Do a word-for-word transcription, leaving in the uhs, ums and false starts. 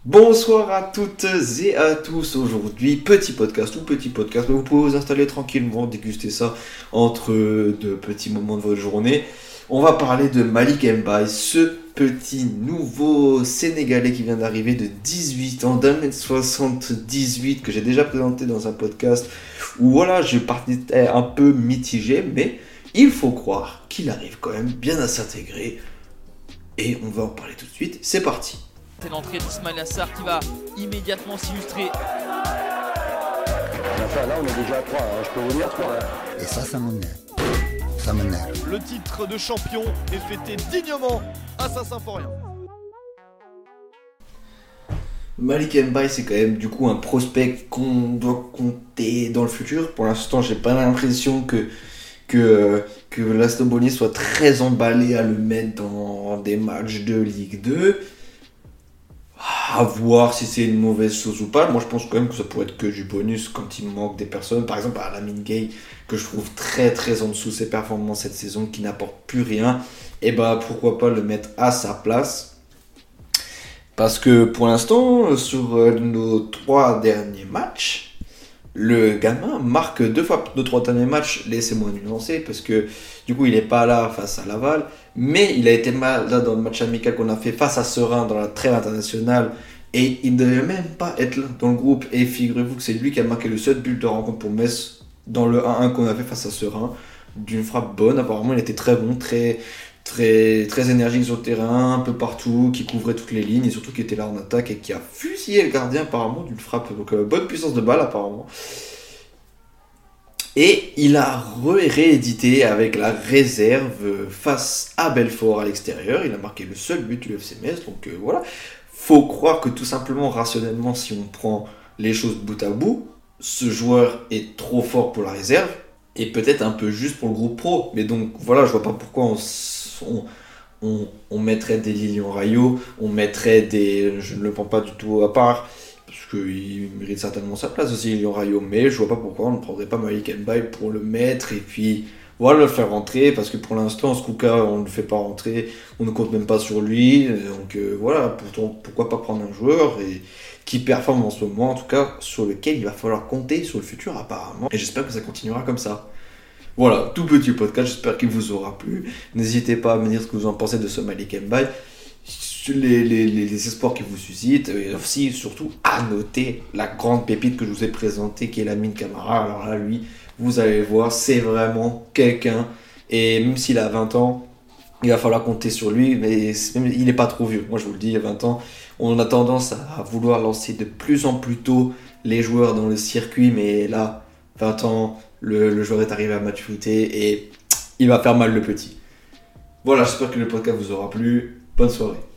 Bonsoir à toutes et à tous. Aujourd'hui, petit podcast ou petit podcast, mais vous pouvez vous installer tranquillement, déguster ça entre deux petits moments de votre journée. On va parler de Malick Mbaye, ce petit nouveau Sénégalais qui vient d'arriver de dix-huit ans, d'un mètre soixante-dix-huit, que j'ai déjà présenté dans un podcast où voilà, je partais un peu mitigé, mais il faut croire qu'il arrive quand même bien à s'intégrer. Et on va en parler tout de suite. C'est parti. C'est l'entrée d'Ismail Assar qui va immédiatement s'illustrer. Enfin, là, on est déjà à trois, hein, je peux vous dire trois. Et ça, ça m'énerve. Ça m'énerve. Le titre de champion est fêté dignement à Saint-Symphorien. Malick Mbaye, c'est quand même du coup un prospect qu'on doit compter dans le futur. Pour l'instant, j'ai pas l'impression que que, que l'Aston Villa soit très emballé à le mettre dans des matchs de Ligue deux. À voir si c'est une mauvaise chose ou pas. Moi, je pense quand même que ça pourrait être que du bonus quand il manque des personnes. Par exemple, Lamine Gueye, que je trouve très très en dessous de ses performances cette saison, qui n'apporte plus rien. Et bah, pourquoi pas le mettre à sa place. Parce que pour l'instant, sur nos trois derniers matchs, le gamin marque deux fois nos trois derniers matchs. Laissez-moi nuancer parce que du coup, il n'est pas là face à Laval. Mais il a été mal là dans le match amical qu'on a fait face à Serein dans la trêve internationale. Et il ne devait même pas être là dans le groupe. Et figurez-vous que c'est lui qui a marqué le seul but de rencontre pour Metz dans le un un qu'on a fait face à Serein. D'une frappe bonne. Apparemment, il était très bon, très, très, très énergique sur le terrain, un peu partout, qui couvrait toutes les lignes et surtout qui était là en attaque et qui a fusillé le gardien apparemment d'une frappe. Donc, euh, bonne puissance de balle apparemment. Et il a réédité avec la réserve face à Belfort à l'extérieur. Il a marqué le seul but du F C Metz. Donc euh, voilà, faut croire que tout simplement, rationnellement, si on prend les choses bout à bout, ce joueur est trop fort pour la réserve et peut-être un peu juste pour le groupe pro. Mais donc voilà, je vois pas pourquoi on, on, on, on mettrait des Lilian Rayo, on mettrait des... Je ne le prends pas du tout à part. Parce qu'il mérite certainement sa place aussi, Lilian Rayo, mais je vois pas pourquoi on ne prendrait pas Malick Mbaye pour le mettre et puis voilà, le faire rentrer, parce que pour l'instant, Skouka, on ne le fait pas rentrer, on ne compte même pas sur lui, donc euh, voilà, pourtant, pourquoi pas prendre un joueur et, qui performe en ce moment, en tout cas, sur lequel il va falloir compter sur le futur apparemment, et j'espère que ça continuera comme ça. Voilà, tout petit podcast, j'espère qu'il vous aura plu, n'hésitez pas à me dire ce que vous en pensez de ce Malick Mbaye, Les, les, les espoirs qui vous suscitent, et aussi surtout à noter la grande pépite que je vous ai présentée qui est Lamine Camara. Alors là, lui, vous allez le voir, c'est vraiment quelqu'un, et même s'il a vingt ans, il va falloir compter sur lui, mais il n'est pas trop vieux. Moi je vous le dis, il y a vingt ans, on a tendance à vouloir lancer de plus en plus tôt les joueurs dans le circuit, mais là, vingt ans, le, le joueur est arrivé à maturité et il va faire mal le petit. Voilà, j'espère que le podcast vous aura plu. Bonne soirée.